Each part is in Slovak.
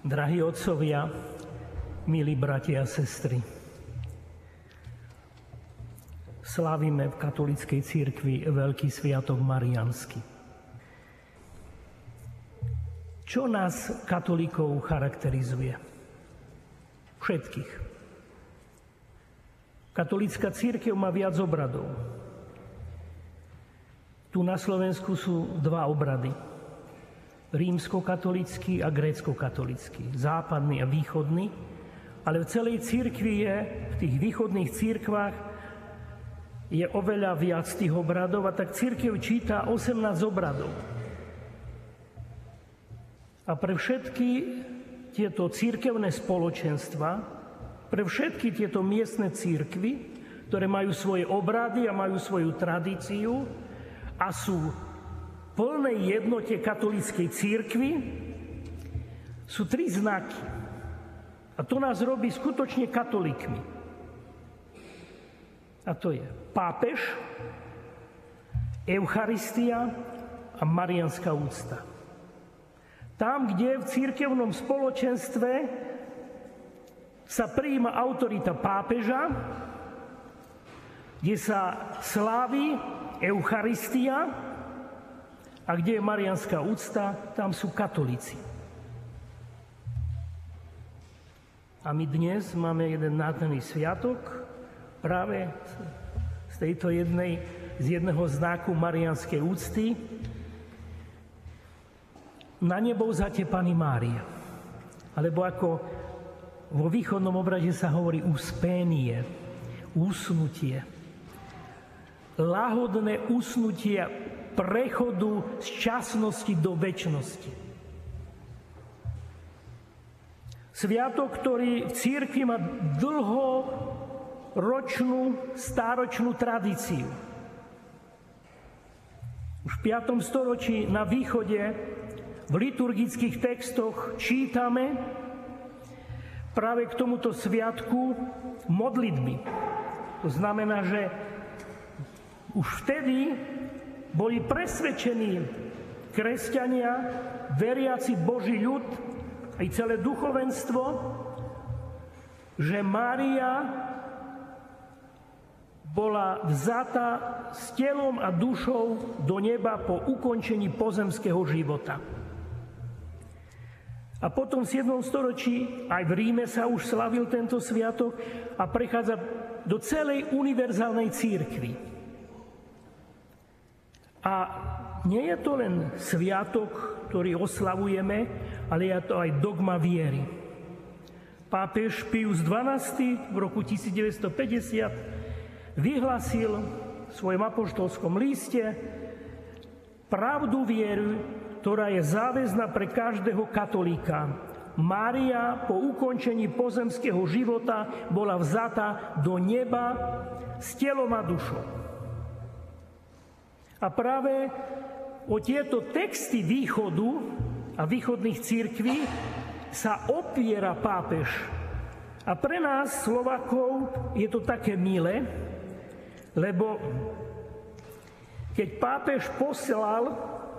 Drahí otcovia, milí bratia a sestry, slávime v katolíckej cirkvi Veľký sviatok mariánsky. Čo nás, katolíkov, charakterizuje? Všetkých. Katolícka cirkev má viac obradov. Tu na Slovensku sú dva obrady. Rímskokatolícky a gréckokatolícky, západný a východný, ale v celej cirkvi je, v tých východných cirkvách je oveľa viac tých obradov a tak cirkev číta 18 obradov. A pre všetky tieto cirkevné spoločenstva, pre všetky tieto miestne cirkvy, ktoré majú svoje obrady a majú svoju tradíciu a sú plnej jednote katolíckej cirkvi, sú tri znaky. A to nás robí skutočne katolíkmi. A to je pápež, Eucharistia a mariánska úcta. Tam, kde v cirkevnom spoločenstve sa prijíma autorita pápeža, kde sa slávi Eucharistia, a kde je mariánska úcta, tam sú katolíci. A my dnes máme jeden nádherný sviatok práve z jedného znaku mariánskej úcty. Na nebo vzatie Panny Márie. Alebo ako vo východnom obrade sa hovorí uspénie, usnutie. Lahodné usnutie prechodu z časnosti do večnosti. Sviatok, ktorý v cirkvi má dlhoročnú, stáročnú tradíciu. Už v 5. storočí na východe v liturgických textoch čítame práve k tomuto sviatku modlitby. To znamená, že už vtedy boli presvedčení kresťania, veriaci Boží ľud, aj celé duchovenstvo, že Mária bola vzatá s telom a dušou do neba po ukončení pozemského života. A potom v 7. storočí aj v Ríme sa už slavil tento sviatok a prechádza do celej univerzálnej cirkvi. A nie je to len sviatok, ktorý oslavujeme, ale je to aj dogma viery. Pápež Pius XII v roku 1950 vyhlásil v svojom apoštolskom liste pravdu viery, ktorá je záväzná pre každého katolíka. Mária po ukončení pozemského života bola vzatá do neba s telom a dušou. A práve o tieto texty východu a východných cirkví sa opiera pápež. A pre nás, Slovákov, je to také milé, lebo keď pápež poslal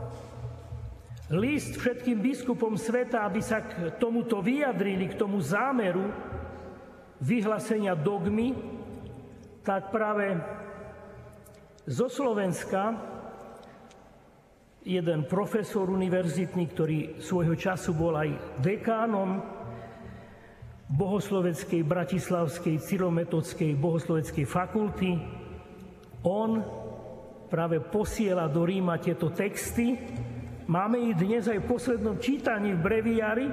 list všetkým biskupom sveta, aby sa k tomuto vyjadrili, k tomu zámeru vyhlásenia dogmy, tak práve zo Slovenska jeden profesor univerzitný, ktorý svojho času bol aj dekánom bohosloveckej, bratislavskej, cyrilometodskej bohosloveckej fakulty, on práve posiela do Ríma tieto texty. Máme ich dnes aj v poslednom čítaní v breviári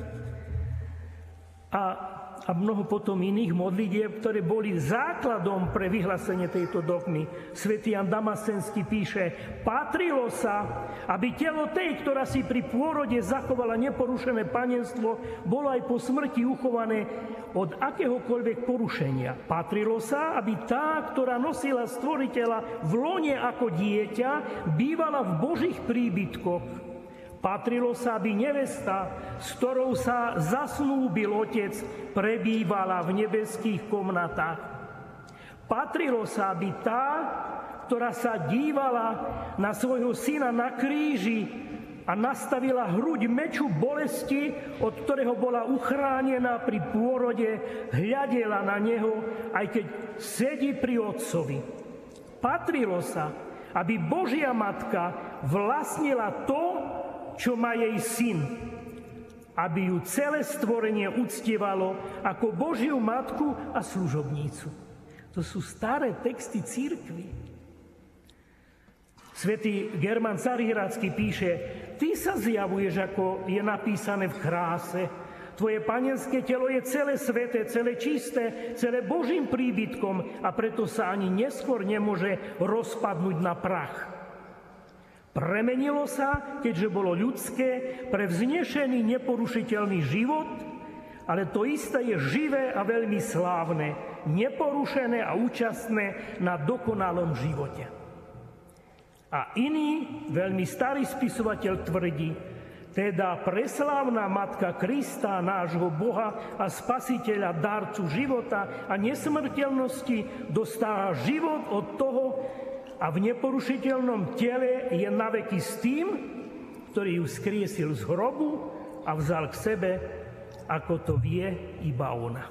a mnoho potom iných modlitieb, ktoré boli základom pre vyhlásenie tejto dogmy. Svätý Ján Damascenský píše: patrilo sa, aby telo tej, ktorá si pri pôrode zachovala neporušené panenstvo, bolo aj po smrti uchované od akéhokoľvek porušenia. Patrilo sa, aby tá, ktorá nosila Stvoriteľa v lone ako dieťa, bývala v Božích príbytkoch. Patrilo sa, aby nevesta, s ktorou sa zasnúbil otec, prebývala v nebeských komnatách. Patrilo sa, aby tá, ktorá sa dívala na svojho syna na kríži, a nastavila hruď meču bolesti, od ktorého bola uchránená pri pôrode, hľadela na neho, aj keď sedí pri otcovi. Patrilo sa, aby Božia matka vlastnila to, čo má jej syn, aby ju celé stvorenie uctievalo ako Božiu matku a služobnícu. To sú staré texty cirkvi. Svätý German Carihradský píše: ty sa zjavuješ, ako je napísané v kráse. Tvoje panenské telo je celé sväté, celé čisté, celé Božím príbytkom a preto sa ani neskôr nemôže rozpadnúť na prach. Premenilo sa, keďže bolo ľudské, pre vznešený, neporušiteľný život, ale to isté je živé a veľmi slávne, neporušené a účastné na dokonalom živote. A iný, veľmi starý spisovateľ tvrdí, teda preslávna Matka Krista, nášho Boha a Spasiteľa, darcu života a nesmrteľnosti, dostáva život od toho a v neporušiteľnom tele je naveky s tým, ktorý ju skriesil z hrobu a vzal k sebe, ako to vie iba ona.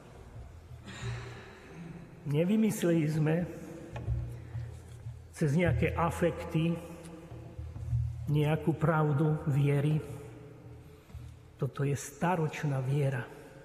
Nevymysleli sme cez nejaké afekty nejakú pravdu viery. Toto je staročná viera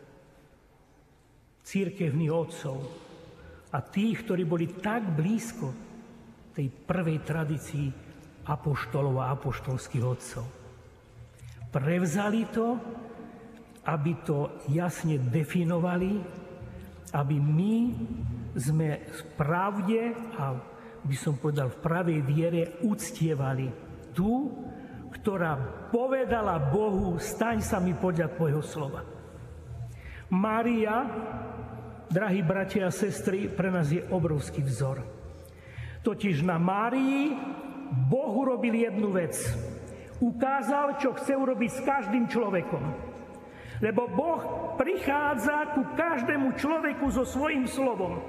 cirkevných otcov a tých, ktorí boli tak blízko tej prvej tradícii apoštolov a apoštolských otcov. Prevzali to, aby to jasne definovali, aby my sme v pravde a by som povedal v pravej viere uctievali tú, ktorá povedala Bohu: staň sa mi podľa tvojho slova. Mária, drahí bratia a sestry, pre nás je obrovský vzor. Totiž na Márii Boh urobil jednu vec. Ukázal, čo chce urobiť s každým človekom. Lebo Boh prichádza ku každému človeku so svojím slovom.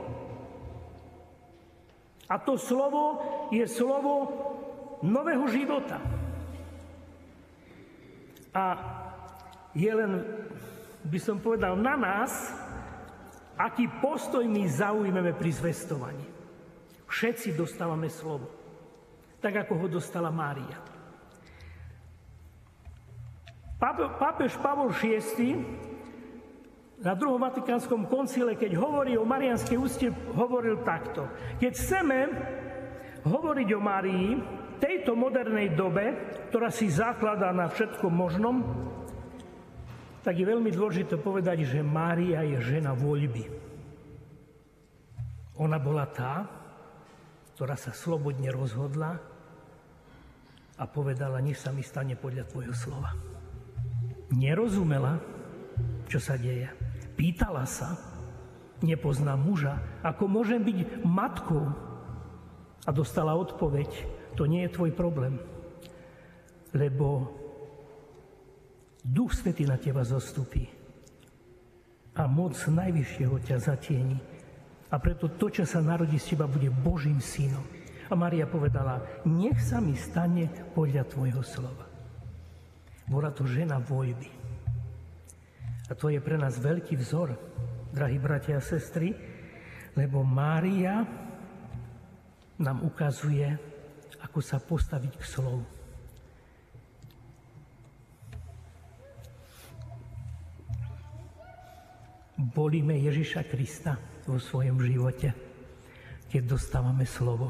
A to slovo je slovo nového života. A je len, by som povedal, na nás, aký postoj my zaujmeme pri zvestovaní. Všetci dostávame slovo, tak ako ho dostala Mária. Pápež Pavol VI na druhom Vatikánskom koncile, keď hovorí o mariánskej úcte, hovoril takto: keď chceme hovoriť o Márii v tejto modernej dobe, ktorá si zakladá na všetkom možnom, tak je veľmi dôležité povedať, že Mária je žena voľby. Ona bola tá, ktorá sa slobodne rozhodla a povedala: nech sa mi stane podľa tvojho slova. Nerozumela, čo sa deje. Pýtala sa: nepoznám muža, ako môžem byť matkou? A dostala odpoveď: to nie je tvoj problém, lebo Duch Svätý na teba zostupí a moc Najvyššieho ťa zatieni. A preto to, čo sa narodí z teba, bude Božím synom. A Mária povedala: nech sa mi stane podľa tvojho slova. Bola to žena voľby. A to je pre nás veľký vzor, drahí bratia a sestry, lebo Mária nám ukazuje, ako sa postaviť k slovu. Volíme Ježiša Krista vo svojom živote, keď dostávame slovo.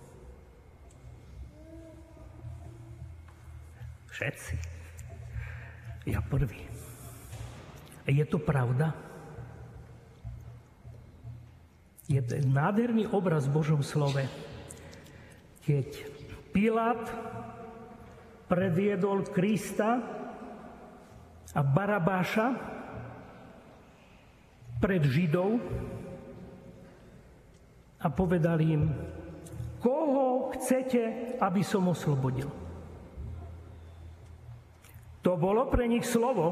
Všetci. Ja prvý. Je to pravda? Je to nádherný obraz v Božom slove, keď Pilát predviedol Krista a Barabáša pred Židov a povedal im: koho chcete, aby som oslobodil? To bolo pre nich slovo,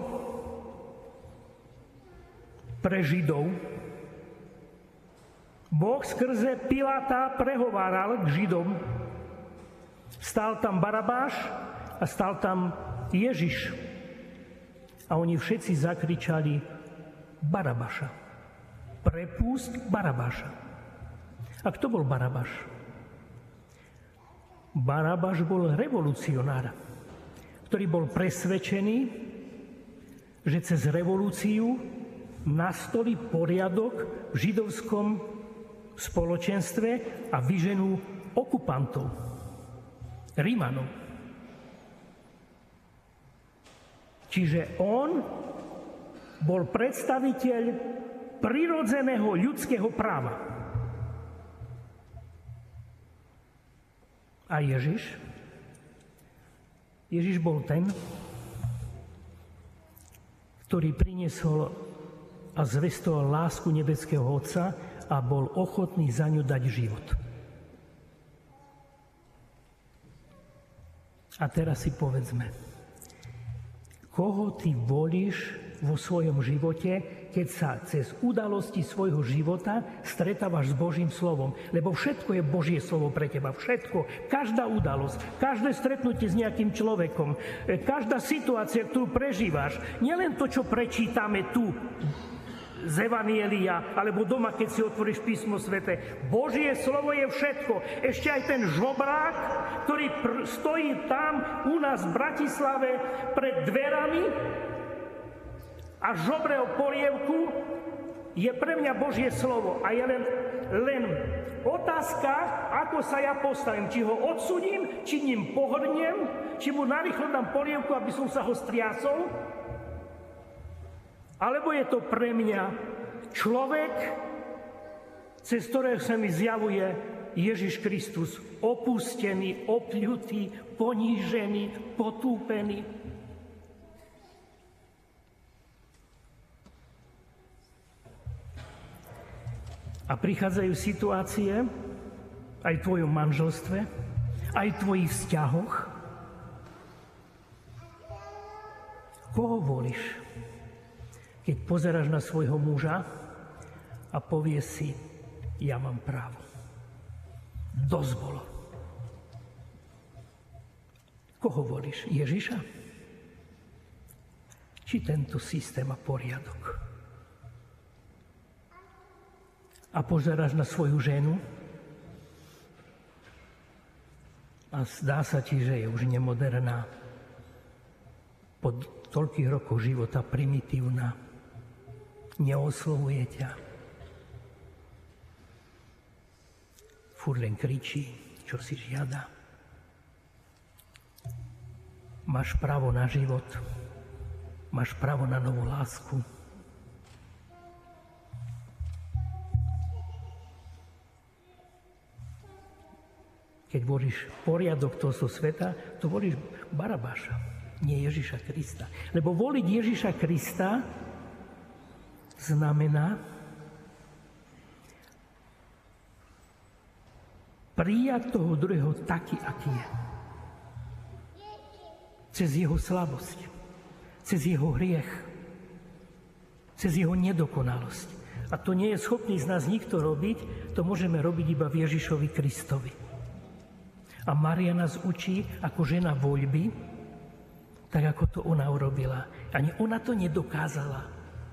pre Židov. Boh skrze Piláta prehováral k Židom. Stál tam Barabáš a stal tam Ježiš. A oni všetci zakričali Barabaša. Prepusť Barabaša. A kto bol Barabaš? Barabaš bol revolucionár, ktorý bol presvedčený, že cez revolúciu nastolí poriadok v židovskom spoločenstve a vyženú okupantov, Rímanov. Čiže on bol predstaviteľ prirodzeného ľudského práva. A Ježiš bol ten, ktorý priniesol a zvestoval lásku nebeského Otca a bol ochotný za ňu dať život. A teraz si povedzme, koho ty volíš vo svojom živote, keď sa cez udalosti svojho života stretávaš s Božím slovom. Lebo všetko je Božie slovo pre teba. Všetko. Každá udalosť, každé stretnutie s nejakým človekom, každá situácia, ktorú prežívaš. Nielen to, čo prečítame tu z Evanjelia, alebo doma, keď si otvoríš písmo sväté. Božie slovo je všetko. Ešte aj ten žobrák, ktorý stojí tam u nás v Bratislave pred dverami a žobre o polievku, je pre mňa Božie slovo. A je len otázka, ako sa ja postavím. Či ho odsudím, či ním pohrnem, či mu narýchlo dám polievku, aby som sa ho striasol. Alebo je to pre mňa človek, cez ktorého sa mi zjavuje Ježiš Kristus, opustený, opľutý, ponížený, potúpený. A prichádzajú situácie aj v tvojom manželstve, aj v tvojich vzťahoch. Koho volíš? Keď pozeráš na svojho muža a povieš si, ja mám právo. Dosť bolo. Koho volíš? Ježiša? Či tento systém a poriadok? A pozeráš na svoju ženu a zdá sa ti, že je už nemoderná, po toľkých rokoch života primitívna, neoslovuje ťa. Furt len kričí, čo si žiada. Máš právo na život, máš právo na novú lásku. Keď volíš poriadok tohto sveta, to volíš Barabáša, nie Ježiša Krista. Lebo voliť Ježiša Krista znamená prijať toho druhého taký, aký je. Cez jeho slabosť, cez jeho hriech, cez jeho nedokonalosť. A to nie je schopný z nás nikto robiť, to môžeme robiť iba v Ježišovi Kristovi. A Mária nás učí ako žena voľby, tak ako to ona urobila. Ani ona to nedokázala.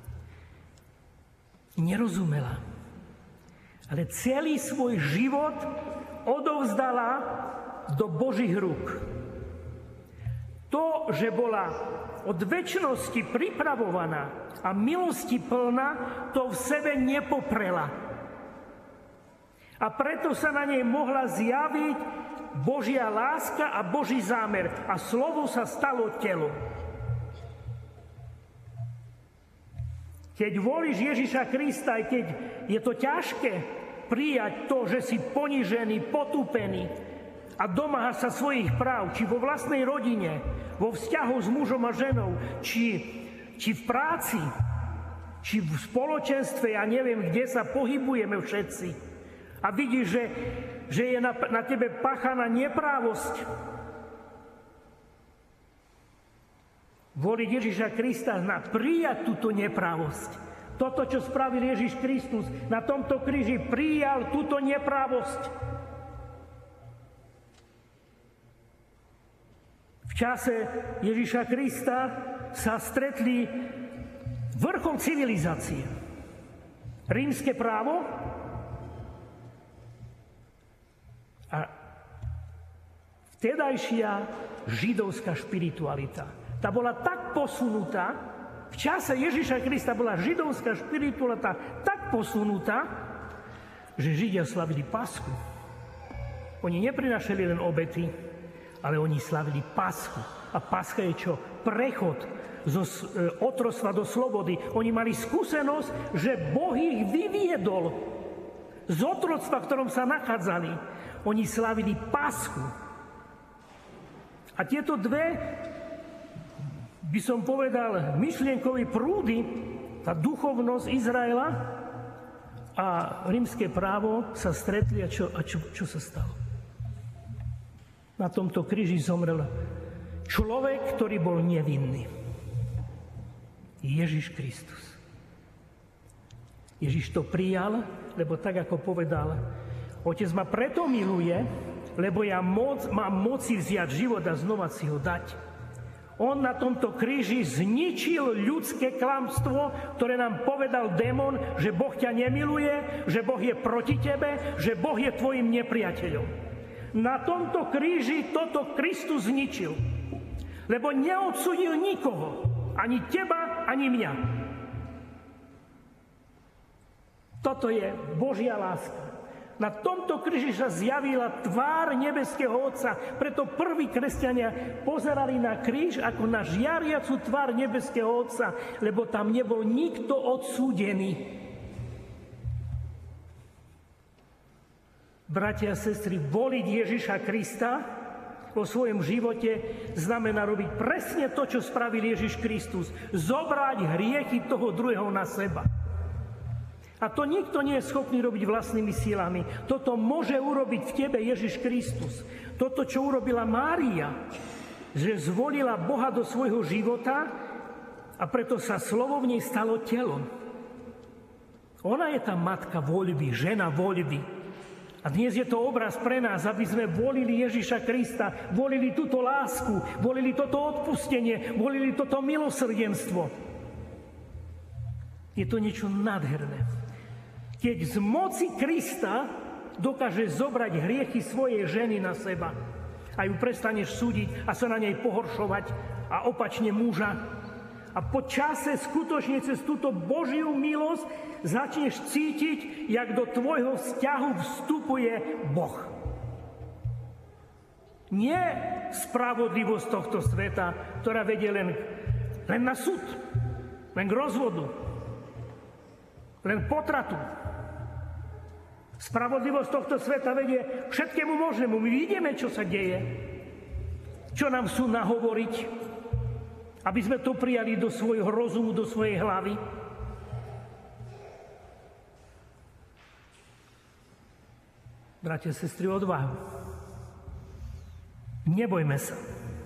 Nerozumela. Ale celý svoj život odovzdala do Božích rúk. To, že bola od večnosti pripravovaná a milosti plná, to v sebe nepoprela. A preto sa na nej mohla zjaviť Božia láska a Boží zámer. A slovo sa stalo telom. Keď volíš Ježiša Krista, aj keď je to ťažké prijať to, že si ponižený, potúpený a domáhaš sa svojich práv, či vo vlastnej rodine, vo vzťahu s mužom a ženou, či v práci, či v spoločenstve, ja neviem, kde sa pohybujeme všetci. A vidíš, že je na tebe páchaná neprávosť. Voliť Ježiša Krista na prijať túto neprávosť. Toto, čo spravil Ježiš Kristus na tomto kríži, prijal túto neprávosť. V čase Ježiša Krista sa stretli vrchol civilizácie. Rímske právo a vtedajšia židovská špiritualita. Tá bola tak posunutá, v čase Ježiša Krista bola židovská špiritualita tak posunutá, že Židia slavili Paschu. Oni neprinašali len obety, ale oni slavili Paschu. A Pascha je čo? Prechod zo otroctva do slobody. Oni mali skúsenosť, že Boh ich vyviedol z otroctva, v ktorom sa nachádzali. Oni slavili Paschu. A tieto dve, by som povedal, myšlienkové prúdy, tá duchovnosť Izraela a rímske právo sa stretli. A čo sa stalo? Na tomto kríži zomrel človek, ktorý bol nevinný. Ježiš Kristus. Ježiš to prijal, lebo tak, ako povedal, Otec ma preto miluje, lebo ja mám moci vziať život a znova si ho dať. On na tomto kríži zničil ľudské klamstvo, ktoré nám povedal démon, že Boh ťa nemiluje, že Boh je proti tebe, že Boh je tvojim nepriateľom. Na tomto kríži toto Kristus zničil, lebo neodsúdil nikoho, ani teba, ani mňa. Toto je Božia láska. Na tomto kríži sa zjavila tvár nebeského Otca. Preto prví kresťania pozerali na kríž ako na žiariacu tvár nebeského Otca, lebo tam nebol nikto odsúdený. Bratia a sestry, voliť Ježiša Krista vo svojom živote znamená robiť presne to, čo spravil Ježiš Kristus. Zobrať hriechy toho druhého na seba. A to nikto nie je schopný robiť vlastnými silami. Toto môže urobiť v tebe Ježiš Kristus. Toto, čo urobila Mária, že zvolila Boha do svojho života a preto sa slovo v nej stalo telom. Ona je tá matka voľby, žena voľby. A dnes je to obraz pre nás, aby sme volili Ježiša Krista, volili túto lásku, volili toto odpustenie, volili toto milosrdenstvo. Je to niečo nádherné. Keď z moci Krista dokáže zobrať hriechy svojej ženy na seba a ju prestaneš súdiť a sa na nej pohoršovať a opačne muža. A po čase skutočne cez túto Božiu milosť začneš cítiť, jak do tvojho vzťahu vstupuje Boh. Nie spravodlivosť tohto sveta, ktorá vedie len na súd, len k rozvodu, len k potratu. Spravodlivosť tohto sveta vedie všetkému možnému. My vidíme, čo sa deje, čo nám chcú nahovoriť, aby sme to prijali do svojho rozumu, do svojej hlavy. Bratia, sestry, odvahu. Nebojme sa.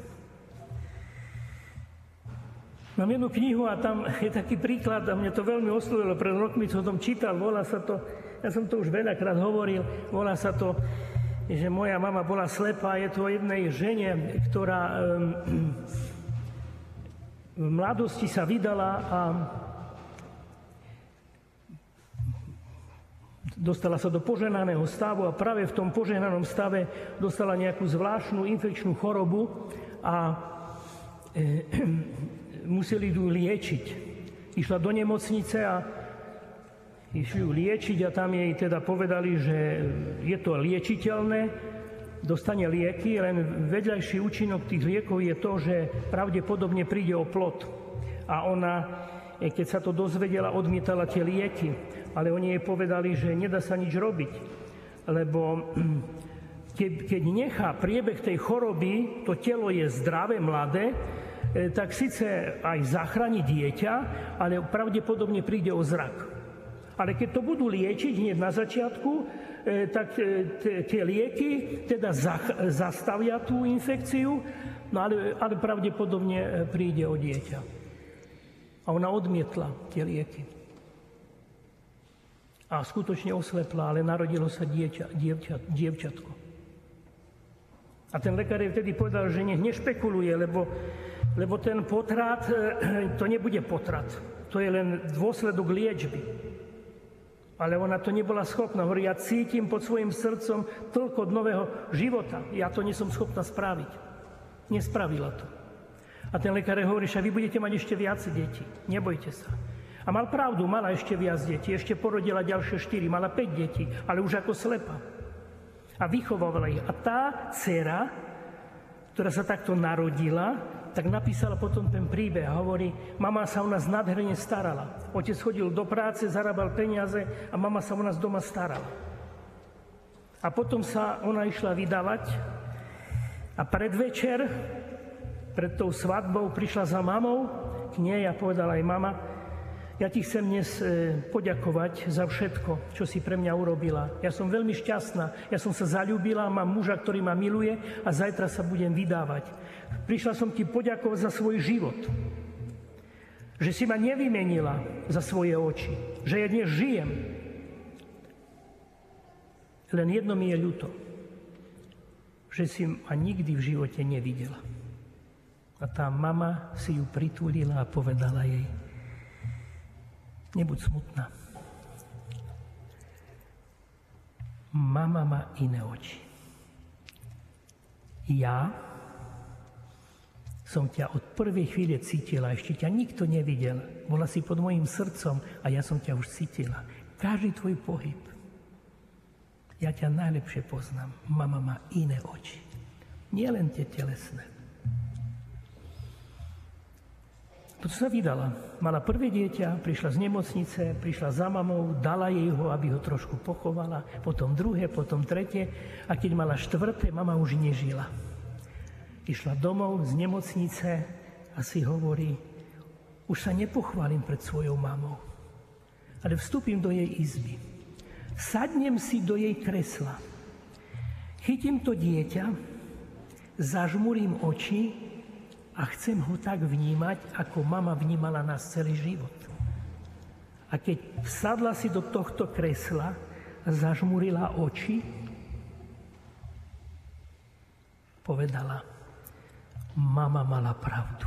Mám jednu knihu a tam je taký príklad a mne to veľmi oslovilo. Pred rokmi som o tom čítal, volá sa to, ja som to už veľakrát hovoril, volá sa to, že moja mama bola slepá. Je to o jednej žene, ktorá v mladosti sa vydala a dostala sa do požehnaného stavu a práve v tom požehnanom stave dostala nejakú zvláštnu infekčnú chorobu a museli ju liečiť. Išla do nemocnice a išli ju liečiť a tam jej teda povedali, že je to liečiteľné, dostane lieky, len vedľajší účinok tých liekov je to, že pravdepodobne príde o plod. A ona, keď sa to dozvedela, odmietala tie lieky. Ale oni jej povedali, že nedá sa nič robiť, lebo keď nechá priebeh tej choroby, to telo je zdravé, mladé, tak síce aj zachráni dieťa, ale pravdepodobne príde o zrak. Ale keď to budú liečiť hneď na začiatku, tak tie lieky teda zastavia tú infekciu, no ale pravdepodobne príde o dieťa. A ona odmietla tie lieky. A skutočne oslepla, ale narodilo sa dievčatko. A ten lekár jej vtedy povedal, že nech nešpekuluje, lebo ten potrat, to nebude potrat. To je len dôsledok liečby. Ale ona to nebola schopná. Hovorí, ja cítim pod svojim srdcom toľko nového života. Ja to nie som schopná spraviť. Nespravila to. A ten lekár hovorí, že vy budete mať ešte viac detí. Nebojte sa. A mal pravdu, mala ešte viac detí. Ešte porodila ďalšie 4, mala 5 detí, ale už ako slepá. A vychovávala ich. A tá dcera, ktorá sa takto narodila, tak napísala potom ten príbeh a hovorí, mama sa o nás nádherne starala. Otec chodil do práce, zarábal peniaze a mama sa o nás doma starala. A potom sa ona išla vydávať a predvečer, pred tou svadbou, prišla za mamou k nej a povedala jej, mama, ja ti chcem dnes poďakovať za všetko, čo si pre mňa urobila. Ja som veľmi šťastná. Ja som sa zaľúbila, mám muža, ktorý ma miluje a zajtra sa budem vydávať. Prišla som ti poďakovať za svoj život. Že si ma nevymenila za svoje oči. Že ja dnes žijem. Len jedno mi je ľúto. Že si ma nikdy v živote nevidela. A tá mama si ju pritúlila a povedala jej, nebuď smutná. Mama má iné oči. Ja som ťa od prvej chvíle cítila, ešte ťa nikto nevidel. Bola si pod mojím srdcom a ja som ťa už cítila. Každý tvoj pohyb. Ja ťa najlepšie poznám. Mama má iné oči. Nie len tie telesné. Potom sa vydala. Mala prvé dieťa, prišla z nemocnice, prišla za mamou, dala jej ho, aby ho trošku pochovala, potom druhé, potom tretie. A keď mala štvrté, mama už nežila. Išla domov z nemocnice a si hovorí, už sa nepochválim pred svojou mamou, ale vstúpim do jej izby. Sadnem si do jej kresla. Chytím to dieťa, zažmurím oči, a chcem ho tak vnímať, ako mama vnímala nás celý život. A keď sadla si do tohto kresla a zažmurila oči, povedala, mama mala pravdu.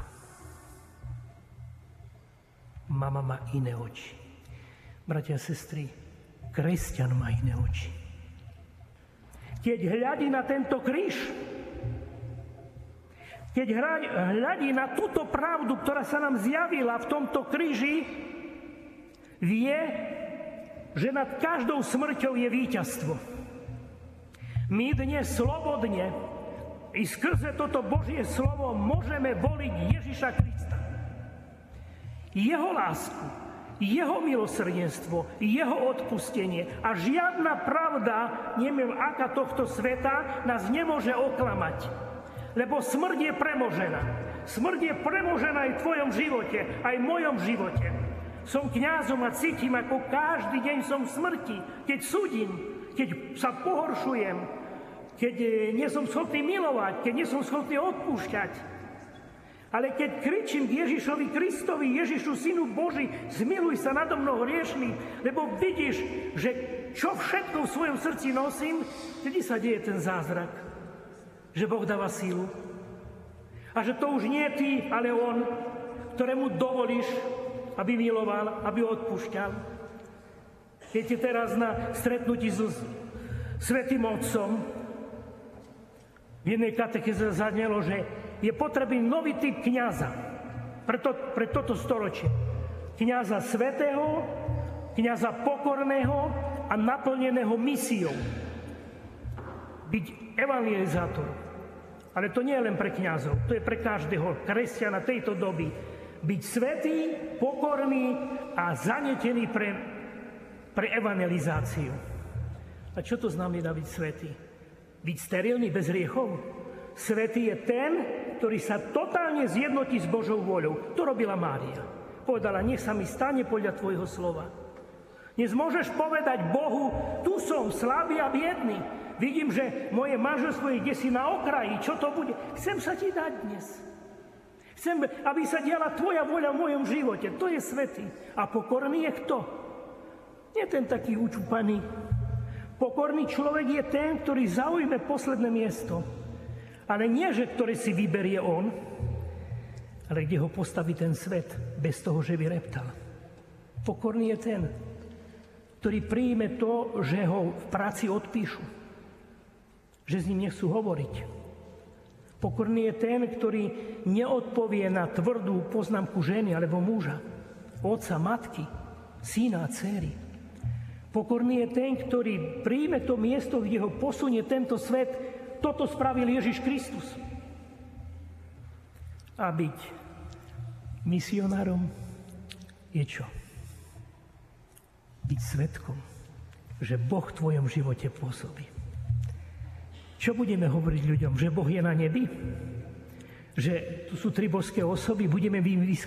Mama má iné oči. Bratia a sestry, kresťan má iné oči. Keď hľadí na tento kríž, keď hľadí na túto pravdu, ktorá sa nám zjavila v tomto kríži, vie, že nad každou smrťou je víťazstvo. My dnes slobodne i skrze toto Božie slovo môžeme voliť Ježiša Krista. Jeho lásku, jeho milosrdenstvo, jeho odpustenie a žiadna pravda, neviem aká tohto sveta, nás nemôže oklamať. Lebo smrť je premožená. Smrť je premožená aj v tvojom živote, aj v mojom živote. Som kňazom a cítim, ako každý deň som v smrti, keď súdim, keď sa pohoršujem, keď nie som schopný milovať, keď nie som schopný odpúšťať. Ale keď kričím k Ježišovi Kristovi, Ježišu, Synu Boží, zmiluj sa nado mnou hriešný, lebo vidíš, že čo všetko v svojom srdci nosím, vtedy sa deje ten zázrak. Že Boh dáva sílu. A že to už nie je ty, ale On, ktorému dovolíš, aby miloval, aby odpúšťal. Viete, teraz na stretnutí so Svätým Otcom v jednej katecheze zaznelo, že je potrebný nový typ kňaza pre toto storočie. Kňaza svätého, kňaza pokorného a naplneného misiou. Byť evangelizátor. Ale to nie je len pre kňazov, to je pre každého kresťana tejto doby. Byť svätý, pokorný a zanetený pre evangelizáciu. A čo to znamená byť svätý? Byť sterilný, bez hriechov? Svätý je ten, ktorý sa totálne zjednotí s Božou voľou. To robila Mária. Povedala, nech sa mi stane podľa tvojho slova. Dnes môžeš povedať Bohu, tu som slabý a biedný. Vidím, že moje manželstvo je kdesi na okraji. Čo to bude? Chcem sa ti dať dnes. Chcem, aby sa diala tvoja voľa v mojom živote. To je svätý. A pokorný je kto? Nie ten taký učúpaný. Pokorný človek je ten, ktorý zaujme posledné miesto. Ale nie, že ktoré si vyberie on, ale kde ho postaví ten svet, bez toho, že by reptal. Pokorný je ten, ktorý príjme to, že ho v práci odpíšu, že s ním nechcú hovoriť. Pokorný je ten, ktorý neodpovie na tvrdú poznámku ženy alebo muža, otca, matky, syna a dcéry. Pokorný je ten, ktorý príjme to miesto, kde ho posunie tento svet. Toto spravil Ježiš Kristus. A byť misionárom je čo? Byť svedkom, že Boh v tvojom živote pôsobí. Čo budeme hovoriť ľuďom? Že Boh je na nebi? Že tu sú 3 božské osoby? Budeme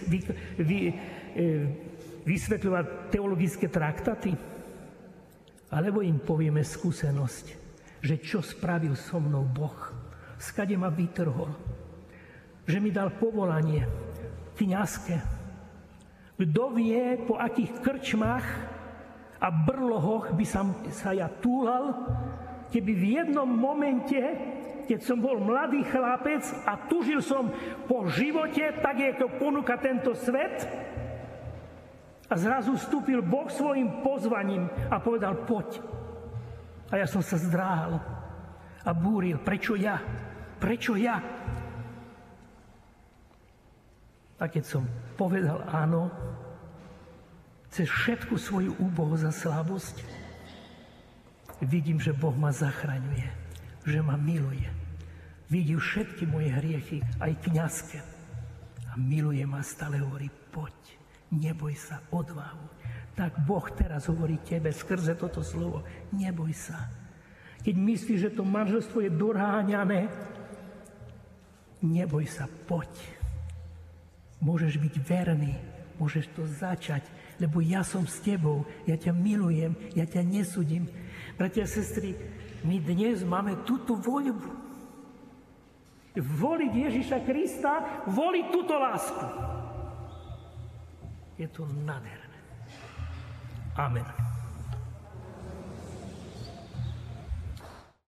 vysvetľovať teologické traktaty? Alebo im povieme skúsenosť, že čo spravil so mnou Boh? Skade ma vytrhol? Že mi dal povolanie kňazské. Kto vie, po akých krčmách a brlohoch by sa ja túlal, keby v jednom momente, keď som bol mladý chlapec a tužil som po živote, tak je to ponúka tento svet, a zrazu vstúpil Boh svojim pozvaním a povedal, poď. A ja som sa zdráhal a búril, prečo ja? Prečo ja? A keď som povedal áno, cez všetku svoju úbohosť a slabosť, vidím, že Boh ma zachraňuje, že ma miluje. Vidí všetky moje hriechy, aj kňazské. A miluje ma, stále hovorí, poď, neboj sa, odvahu. Tak Boh teraz hovorí tebe skrze toto slovo, neboj sa. Keď myslíš, že to manželstvo je doháňané, neboj sa, poď. Môžeš byť verný, môžeš to začať, lebo ja som s tebou, ja ťa milujem, ja ťa nesúdim. Bratia a sestry, my dnes máme túto voľbu. Voliť Ježiša Krista, voliť túto lásku. Je to nádherné. Amen.